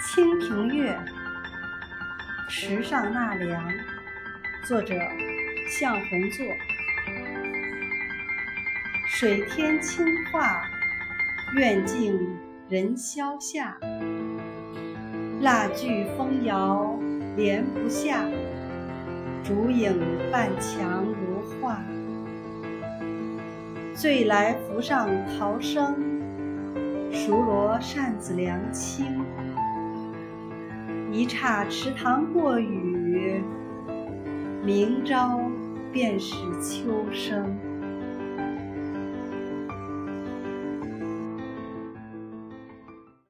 清平乐·池上纳凉，作者向洪作。水天清化，愿尽人消夏。蜡炬风摇帘不下，烛影半墙如画。醉来浮上桃生，熟罗扇子凉清。一刹池塘过雨，明朝便是秋声。